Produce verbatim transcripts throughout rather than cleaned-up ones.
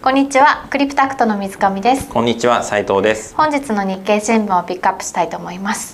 こんにちは、クリプタクトの水上です。 こんにちは、斉藤です。 本日の日経新聞をピックアップしたいと思います。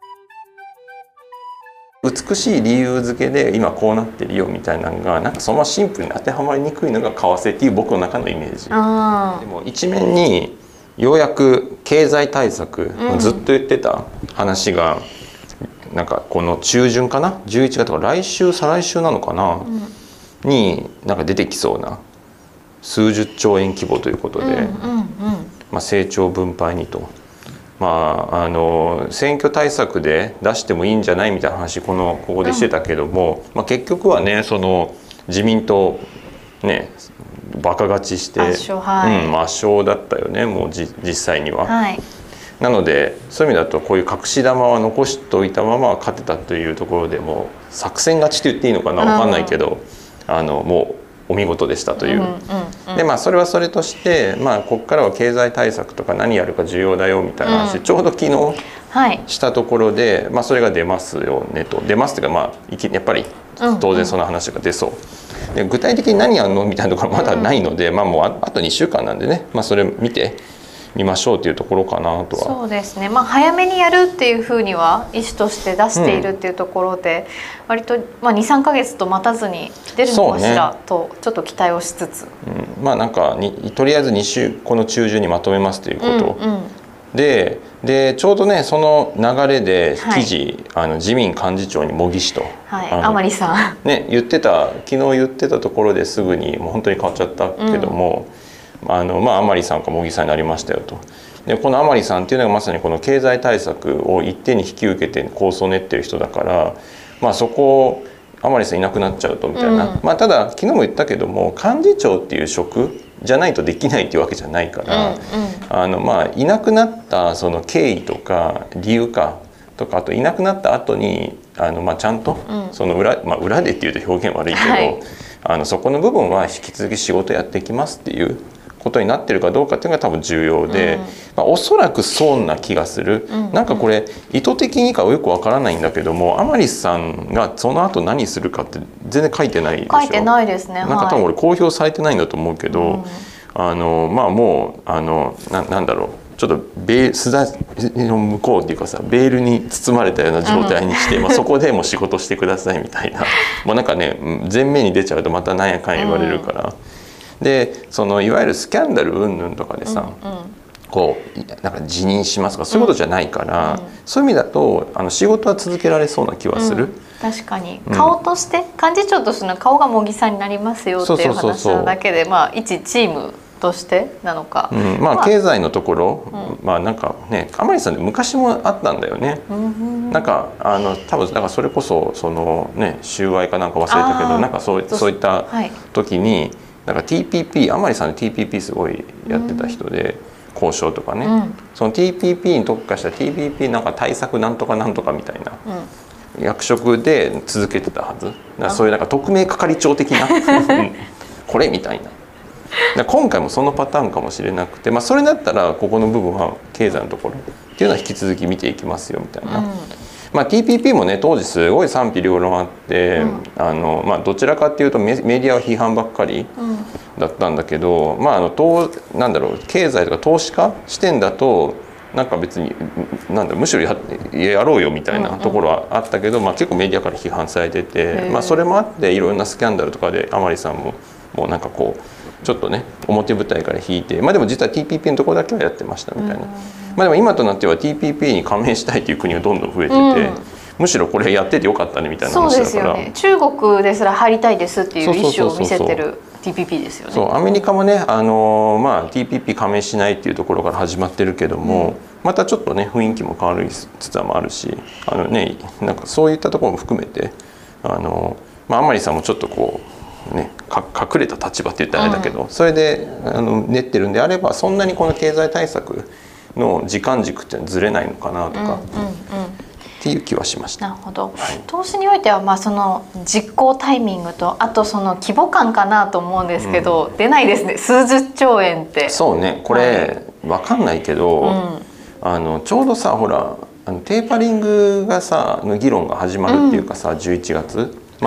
美しい理由付けで今こうなってるよみたいなのがなんかそのままシンプルに当てはまりにくいのが為替っていう僕の中のイメージ。 あでも一面にようやく経済対策、うん、ずっと言ってた話がなんかこの中旬かな、じゅういちがつとか来週再来週なのかな、うん、になんか出てきそうな数十兆円規模ということで、うんうんうん、まあ、成長分配にと。まあ、あの選挙対策で出してもいいんじゃないみたいな話このここでしてたけども、うん、まあ、結局はねその自民党ねバカ勝ちして圧勝、はい、うん、圧勝だったよね、もうじ実際には。はい、なのでそういう意味だとこういう隠し玉は残しておいたまま勝てたというところでも作戦勝ちと言っていいのかな分かんないけど、うん、あのもうお見事でしたという。でまあそれはそれとして、まあ、ここからは経済対策とか何やるか重要だよみたいな話、うん、ちょうど昨日したところで、はい、まあ、それが出ますよねと。出ますというか、まあ、やっぱり当然その話が出そう。うんうん、で具体的に何やるのみたいなところはまだないので、うん、まあ、もう あ, あとにしゅうかんなんでね、まあ、それ見て見ましょうというところかなとは。 そうですね、まあ、早めにやるっていうふうには意思として出しているっていうところで、うん、割と、まあ、にさんかげつと待たずに出るのかしらとちょっと期待をしつつ、 うん、まあなんかにとりあえずに週この中旬にまとめますということ、うんうん、で, でちょうどねその流れで記事、はい、あの自民幹事長に茂木氏と、 はい、甘利さん、 ね、言ってた昨日言ってたところですぐにもう本当に変わっちゃったけども、うん、あのまあ甘利さんか茂木さんになりましたよと。でこの甘利さんっていうのがまさにこの経済対策を一手に引き受けて構想を練ってる人だから、まあ、そこ甘利さんいなくなっちゃうとみたいな、うん、まあ、ただ昨日も言ったけども幹事長っていう職じゃないとできないっていうわけじゃないから、うんうん、あのまあいなくなったその経緯とか理由かとかあといなくなった後にあのまあちゃんとその 裏,、まあ、裏でっていうと表現悪いけど、はい、あのそこの部分は引き続き仕事やっていきますっていうことになってるかどうかっていうのが多分重要で、うん、まあ、おそらくそうな気がする、うんうん、なんかこれ意図的にかはよくわからないんだけども甘利さんがその後何するかって全然書いてないでしょ。 書いてないですね。 なんか多分俺公表されてないんだと思うけど、うん、あのまあもうあの な, なんだろうちょっとベスダの向こうっていうかさベールに包まれたような状態にして、うん、まあ、そこでも仕事してくださいみたいなもうなんかね前面に出ちゃうとまた何やかんや言われるから。うん、でそのいわゆるスキャンダル云々とかでさ、うんうん、こうなんか辞任しますとかそういうことじゃないから、うん、そういう意味だとあの仕事は続けられそうな気はする、うん、 確かに顔として、うん、幹事長としての顔が茂木さんになりますよっていう話なだけで、まあ一チームとしてなのか、 うん、まあ経済のところ、うん、まあなんかね甘利さんで昔もあったんだよね、うん、なんかあの多分だからそれこそそのね収賄かなんか忘れたけどなんかそうそういった時に、はい、なんか ティーピーピー 甘利さんで ティーピーピー すごいやってた人で、うん、交渉とかね、うん、その ティーピーピー に特化した ティーピーピー なんか対策なんとかなんとかみたいな、うん、役職で続けてたはずだからそういうなんか特命係長的なこれみたいな今回もそのパターンかもしれなくて、まあ、それだったらここの部分は経済のところっていうのは引き続き見ていきますよみたいな。うん、まあ、ティーピーピー もね当時すごい賛否両論あって、うん、あのまあ、どちらかっていうとメメディアは批判ばっかりだったんだけど、うん、まあ、あのとなんだろう経済とか投資家視点だとなんか別になんだむしろ や, やろうよみたいなところはあったけど、うんうん、まあ、結構メディアから批判されてて、まあ、それもあっていろんなスキャンダルとかで甘利さんももうなんかこうちょっとね表舞台から引いて、まあ、でも実は ティーピーピー のところだけはやってましたみたいな、うん、まあ、でも今となっては ティーピーピー に加盟したいという国がどんどん増えてて、うん、むしろこれやっててよかったねみたいな話だから。そうですよね、 中国ですら入りたいですっていう意思を見せてる ティーピーピー ですよね。 そうアメリカもねあの、まあ、ティーピーピー 加盟しないっていうところから始まってるけども、うん、またちょっとね雰囲気も変わりつつもあるしあの、ね、なんかそういったところも含めてあの、まあ、甘利さんもちょっとこうね、隠れた立場って言ったらあれだけど、うん、それであの練ってるんであればそんなにこの経済対策の時間軸ってずれないのかなとか、うんうんうん、っていう気はしました。 なるほど、はい、投資においてはまあその実行タイミングとあとその規模感かなと思うんですけど、うん、出ないですね数十兆円って。 そうねこれ、はい、分かんないけど、うん、あのちょうどさほらあのテーパリングがさの議論が始まるっていうかさ、うん、じゅういちがつまあ、はい、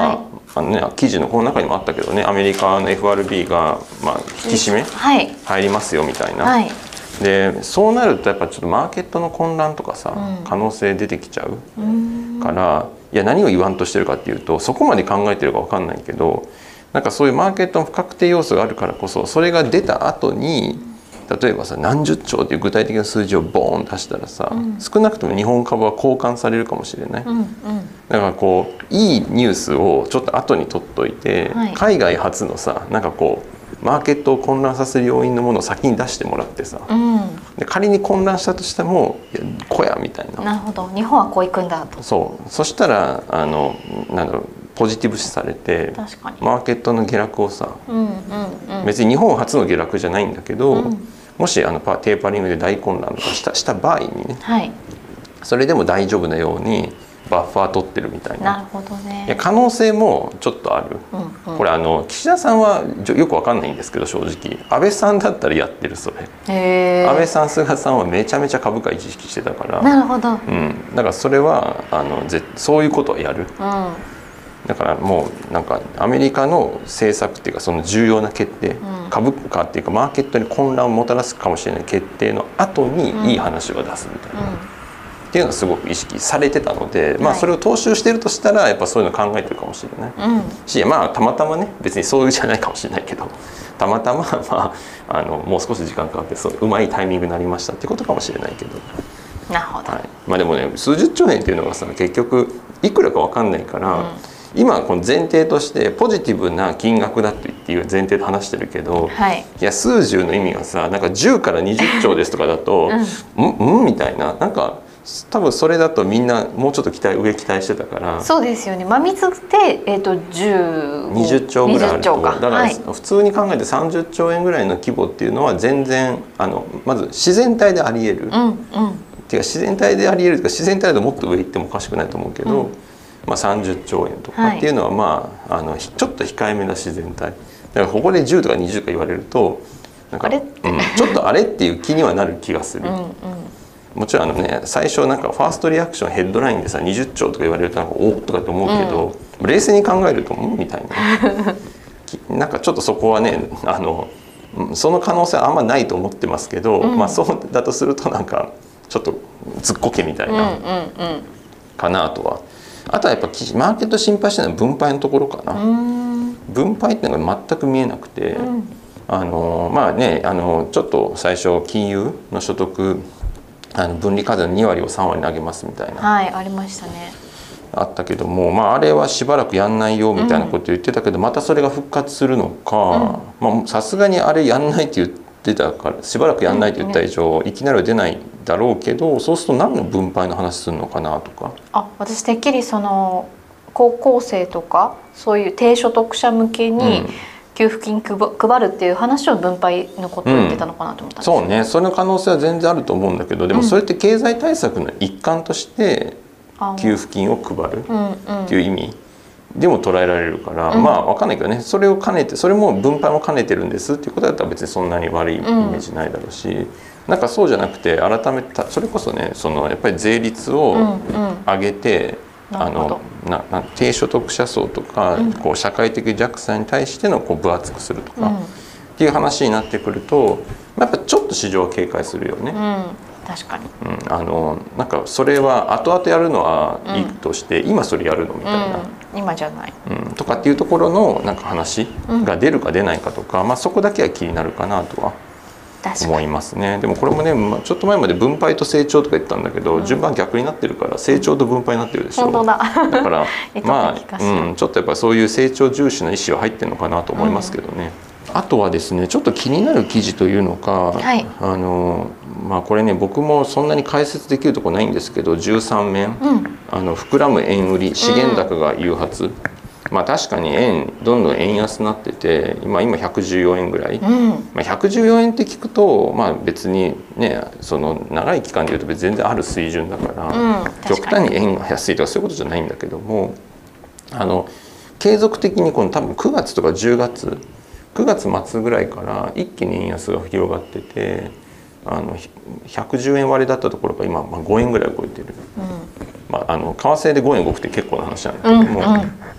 あの、ね、記事のこの中にもあったけどね、アメリカの エフアールビー が、まあ、引き締め、はい、入りますよみたいな、はい、でそうなるとやっぱちょっとマーケットの混乱とかさ、うん、可能性出てきちゃうから、いや何を言わんとしてるかっていうと、そこまで考えてるか分かんないけど、なんかそういうマーケットの不確定要素があるからこそ、それが出た後に例えばさ何十兆っていう具体的な数字をボーン出したらさ、うん、少なくとも日本株は交換されるかもしれない、うんうん、だからこういいニュースをちょっと後に取っといて、はい、海外発のさなんかこうマーケットを混乱させる要因のものを先に出してもらってさ、うん、で仮に混乱したとしてもいやこやみたいな、 なるほど、日本はこういくんだと、 そうそしたらあのなんだろうポジティブ視されて、確かにマーケットの下落をさ、うんうんうん、別に日本初の下落じゃないんだけど、うん、もしあのテーパリングで大混乱とかした、した場合にね、はい、それでも大丈夫なようにバッファー取ってるみたいな、 なるほどね、 いや可能性もちょっとある、うんうん、これあの岸田さんはよく分かんないんですけど、正直安倍さんだったらやってる、それへ安倍さん菅さんはめちゃめちゃ株価意識してたから、 なるほど、 うん、だからそれはあのぜそういうことはやる、うんだからもうなんかアメリカの政策っていうかその重要な決定、うん、株価っていうかマーケットに混乱をもたらすかもしれない決定の後にいい話を出すみたいな、うん、っていうのはすごく意識されてたので、うん、まあそれを踏襲してるとしたらやっぱそういうの考えてるかもしれない、うん、しまあたまたまね別にそういうじゃないかもしれないけどたまたま、まあ、あのもう少し時間かかってそううまいタイミングになりましたっていうことかもしれないけど。 なるほど、はい、 まあでもね数十兆円っていうのがさ結局いくらか分かんないから、うん今この前提としてポジティブな金額だっていう前提で話してるけど、はい、いや数十の意味がさなんかじゅうからにじゅっちょうですとかだとうん、うんみたいななんか多分それだとみんなもうちょっと期待上期待してたからそうですよね真水で、えー、とじゅうにじゅっちょうぐらいあるとだから普通に考えてさんじゅっちょうえんぐらいの規模っていうのは全然あのまず自然体であり得る、うんうん、っていうか自然体であり得るというか自然体でもっと上行ってもおかしくないと思うけど、うんまあ、さんじゅっちょうえんとかっていうのは、まあ、あのちょっと控えめな自然体だからここでじゅうとかにじゅうとか言われるとなんかあれ、 うん、ちょっとあれっていう気にはなる気がする、うん、うん、もちろんあのね最初なんかファーストリアクションヘッドラインでさにじゅっちょうとか言われるとなんかおっとかと思うけど、うん、冷静に考えるとうんみたいななんかちょっとそこはねあのその可能性はあんまないと思ってますけど、うんまあ、そうだとするとなんかちょっとずっこけみたいな、うんうんうん、かなとは。あとはやっぱマーケット心配してるのは分配のところかな。分配っていうのが全く見えなくて、うん、あのまあねあのちょっと最初金融の所得あの分離課税のにわりをさんわりに上げますみたいな、 はい、ありましたね。 あったけども、まあ、あれはしばらくやんないよみたいなこと言ってたけど、うん、またそれが復活するのかさすがにあれやんないって言ってたからしばらくやんないって言った以上、うん、いきなりは出ないだろうけどそうすると何の分配の話するのかなとか。 あ私てっきりその高校生とかそういう低所得者向けに給付金配るっていう話を分配のことを言ってたのかなと思ったんです、 うん、そうねその可能性は全然あると思うんだけどでもそれって経済対策の一環として給付金を配るっていう意味でも捉えられるから、うん、まあ分かんないけどねそれを兼ねてそれも分配も兼ねてるんですっていうことだったら別にそんなに悪いイメージないだろうし、うん、なんかそうじゃなくて改めてそれこそねそのやっぱり税率を上げて、うんうん、あのなな低所得者層とか、うん、こう社会的弱者に対してのこう分厚くするとか、うん、っていう話になってくるとやっぱちょっと市場は警戒するよね。 うん確かに、 うん、あのなんかそれは後々やるのはいいとして、うん、今それやるのみたいな、 うん、今じゃない、 うん、とかっていうところのなんか話が出るか出ないかとか、うんまあ、そこだけは気になるかなとは思いますね。でもこれもね、まあ、ちょっと前まで分配と成長とか言ったんだけど、うん、順番逆になってるから成長と分配になってるでしょ。 本当だだからまあ、うん、ちょっとやっぱりそういう成長重視の意思は入ってるのかなと思いますけどね。うん、あとはですねちょっと気になる記事というのか、はい、あのまあ、これね僕もそんなに解説できるところないんですけどじゅうさんめん、うん、あの膨らむ円売り資源高が誘発、うん、まあ確かに円どんどん円安になってて今今ひゃくじゅうよえんぐらい、うんまあ、ひゃくじゅうよえんって聞くと、まあ、別にねその長い期間でいうと全然ある水準だから、うん、極端に円が安いとかそういうことじゃないんだけどもあの継続的にこの多分くがつとかじゅうがつくがつ末ぐらいから一気に円安が広がっててあのひゃくじゅうえん割れだったところが今、まあ、ごえんぐらい動いてる、うんまあ、あの為替でごえん動くって結構な話なんだけども、うんうん、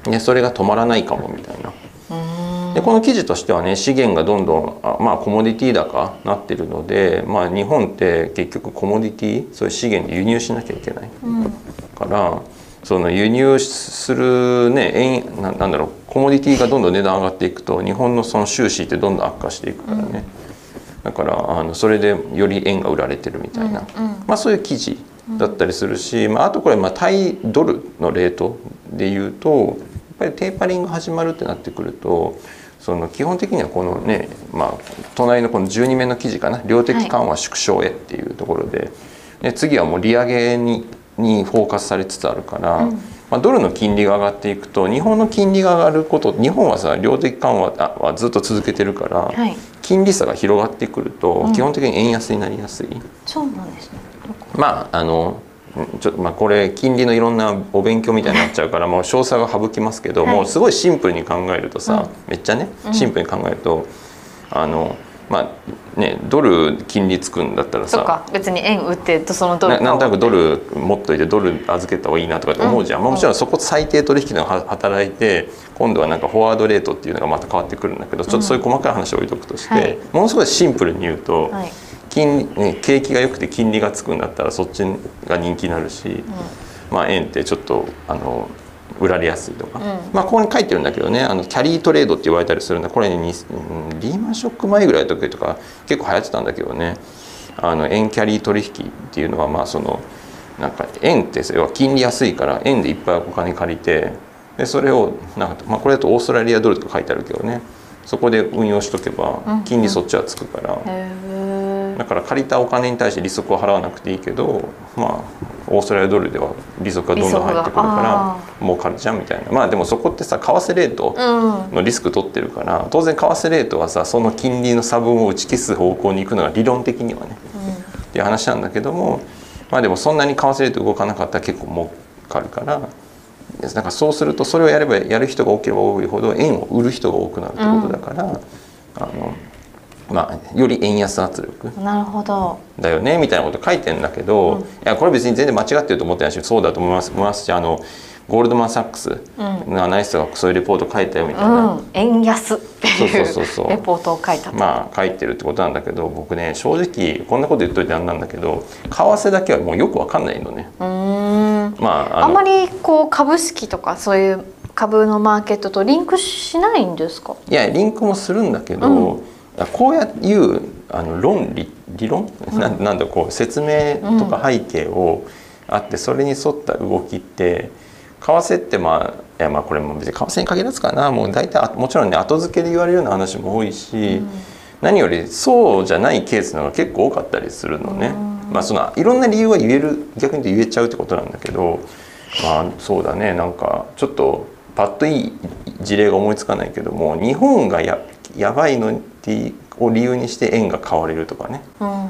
でそれが止まらないかもみたいな。でこの記事としてはね、資源がどんどんあ、まあ、コモディティ高なってるので、まあ、日本って結局コモディティそういう資源で輸入しなきゃいけない、うん、からその輸入するね円 な, なんだろうコモディティがどんどん値段上がっていくと日本のその収支ってどんどん悪化していくからね、うん、だからあのそれでより円が売られてるみたいな、うんうん、まあ、そういう記事だったりするし、まあ、あとこれまあ対ドルのレートでいうとやっぱりテーパリング始まるってなってくるとその基本的にはこのね、まあ、隣のこのじゅうにめの記事かな量的緩和縮小へっていうところで、はい、で次はもう利上げににフォーカスされつつあるから、うん、まあ、ドルの金利が上がっていくと日本の金利が上がること日本はさ量的緩和はずっと続けてるから、はい、金利差が広がってくると、うん、基本的に円安になりやすい。 そうなんですね。 まああのちょまあ、これ金利のいろんなお勉強みたいになっちゃうからもう詳細は省きますけど、はい、もうすごいシンプルに考えるとさ、うん、めっちゃねシンプルに考えると、うん、あのまあねドル金利つくんだったらさ、 そうか別に円売ってそのドルななんとなくドル持っといてドル預けた方がいいなとかって思うじゃん、うん、まあ、もちろんそこ最低取引の働いて今度はなんかフォワードレートっていうのがまた変わってくるんだけど、ちょっとそういう細かい話を置いとくとして、うん、はい、ものすごいシンプルに言うと、はい、金ね、景気が良くて金利がつくんだったらそっちが人気になるし、うん、まあ、円ってちょっとあの売られやすいとか、うん、まあ、ここに書いてるんだけどね、あのキャリートレードって言われたりするんだ。これ、ね、リーマンショック前ぐらいの時とか結構流行ってたんだけどね、あの円キャリー取引っていうのはまあそのなんか円って要は金利安いから円でいっぱいお金借りてでそれをなんか、まあ、これだとオーストラリアドルとか書いてあるけどね、そこで運用しとけば金利そっちはつくから、うんうん、だから借りたお金に対して利息を払わなくていいけど、まあオーストラリアドルでは利息がどんどん入ってくるから儲かるじゃんみたいな。まあでもそこってさ為替レートのリスク取ってるから、うん、当然為替レートはさその金利の差分を打ち消す方向に行くのが理論的にはね、うん、っていう話なんだけども、まあでもそんなに為替レート動かなかったら結構儲かるから、なんかそうするとそれをやればやる人が多ければ多いほど円を売る人が多くなるってことだから、うん、あのまあ、より円安圧力なるほどだよねみたいなこと書いてるんだけど、うん、いやこれ別に全然間違ってると思ってないしそうだと思います思いますし、あのゴールドマン・サックスのアナリストがそういうレポート書いたよみたいな、 うん、円安っていうレポートを書いたと、 まあ書いてるってことなんだけど、僕ね正直こんなこと言っといてあんなんだけど為替だけはもうよく分かんないのね。 うーん、まあ、あ, あんまりこう株式とかそういう株のマーケットとリンクしないんですか？ いやリンクもするんだけど、うん、こういうあの論理理論、うん、な, なんだこう説明とか背景をあってそれに沿った動きって為替ってまあいやまあこれも別に為替に限らずかな、もう大体もちろんね後付けで言われるような話も多いし、うん、何よりそうじゃないケースの方が結構多かったりするのね、うん、まあそのいろんな理由は言える逆に言えちゃうってことなんだけど、まあそうだね、なんかちょっとパッといい事例が思いつかないけども日本が や, やばいのってを理由にして円が買われるとかね、うんうんうん、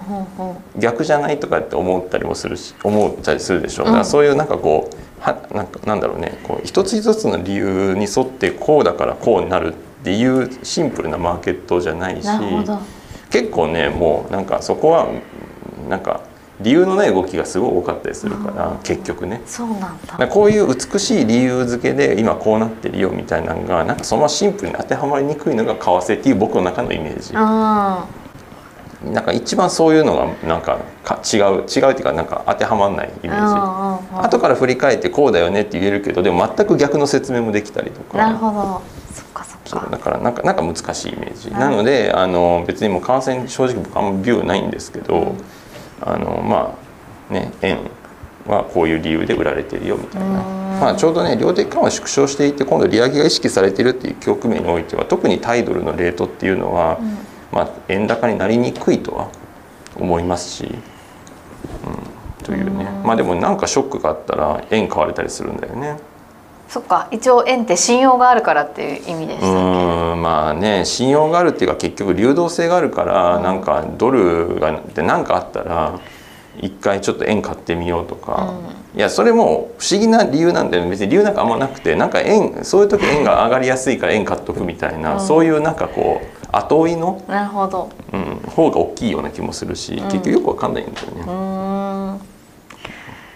逆じゃないとかって思ったりもするし思ったりするでしょう、だからそういうなんかこうはなんかなんだろうね、こう一つ一つの理由に沿ってこうだからこうになるっていうシンプルなマーケットじゃないし、結構ねもうなんかそこはなんか理由のない動きがすごい多かったりするから、うん、結局ね。 そうなんだ。 だこういう美しい理由付けで今こうなってるよみたいなのがなんかそのままシンプルに当てはまりにくいのが為替っていう僕の中のイメージ。あなんか一番そういうのがなんかか違う違うっていうかなんか当てはまらないイメージ。あ後から振り返ってこうだよねって言えるけどでも全く逆の説明もできたりとか。 なるほど。そっかそっか。 そうだからなんかなんか難しいイメージ。なのであの別にもう為替に正直僕あんまビューないんですけど。うんあのまあね、円はこういう理由で売られてるよみたいな、まあ、ちょうどね量的緩和縮小していて今度利上げが意識されているっていう局面においては特に対ドルのレートっていうのは、うんまあ、円高になりにくいとは思いますし、うん、というねまあでもなんかショックがあったら円買われたりするんだよね。 そっか一応円って信用があるからっていう意味でしたっけ？ うんまあね信用があるっていうか結局流動性があるから、うん、なんかドルがで何かあったら一回ちょっと円買ってみようとか、うん、いやそれも不思議な理由なんだよね。別に理由なんかあんまなくてなんか円そういう時円が上がりやすいから円買っとくみたいな、うん、そういうなんかこう後追いのなるほど、 うん、方が大きいような気もするし、うん、結局よくわかんないんだよね。うん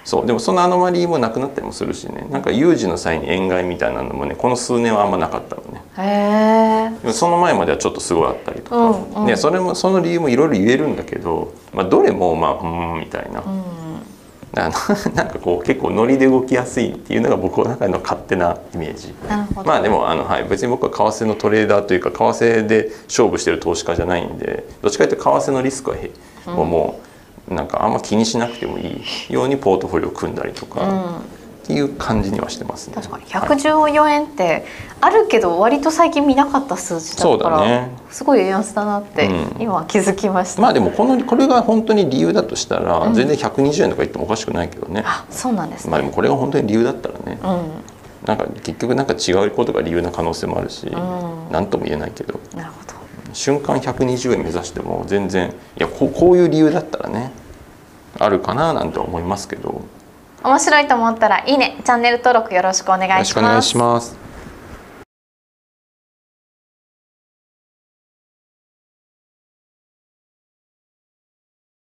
そうでもそのアノマリーもなくなったりもするしね、なんか有事の際に塩害みたいなのもねこの数年はあんまなかったのね。 へえ。 その前まではちょっとすごいあったりとか、 うんうん、 でそれもその理由もいろいろ言えるんだけど、まあ、どれもまあうんみたいな、うん、だからなんかこう結構ノリで動きやすいっていうのが僕の中の勝手なイメージ。 なるほど。 まあでもあの、はい、別に僕は為替のトレーダーというか為替で勝負してる投資家じゃないんで、どっちかというと為替のリスクはへ、うん、もうなんかあんま気にしなくてもいいようにポートフォリオを組んだりとか、うん、っていう感じにはしてますね。 確かにひゃくじゅうよえんってあるけど割と最近見なかった数字だから、ね、すごい円安だなって今は気づきました、 うん、まあでもこのこれが本当に理由だとしたら、うん、全然ひゃくにじゅうえんとか言ってもおかしくないけどね。 あ、そうなんですね。 まあでもこれが本当に理由だったらね、 うん、 なんか結局なんか違うことが理由な可能性もあるし、何、うん、とも言えないけど、 なるほど、 瞬間ひゃくにじゅうえん目指しても全然いや こ, こういう理由だったらねあるかななんて思いますけど。 面白いと思ったらいいね、チャンネル登録よろしくお願いします。 よろしくお願いします。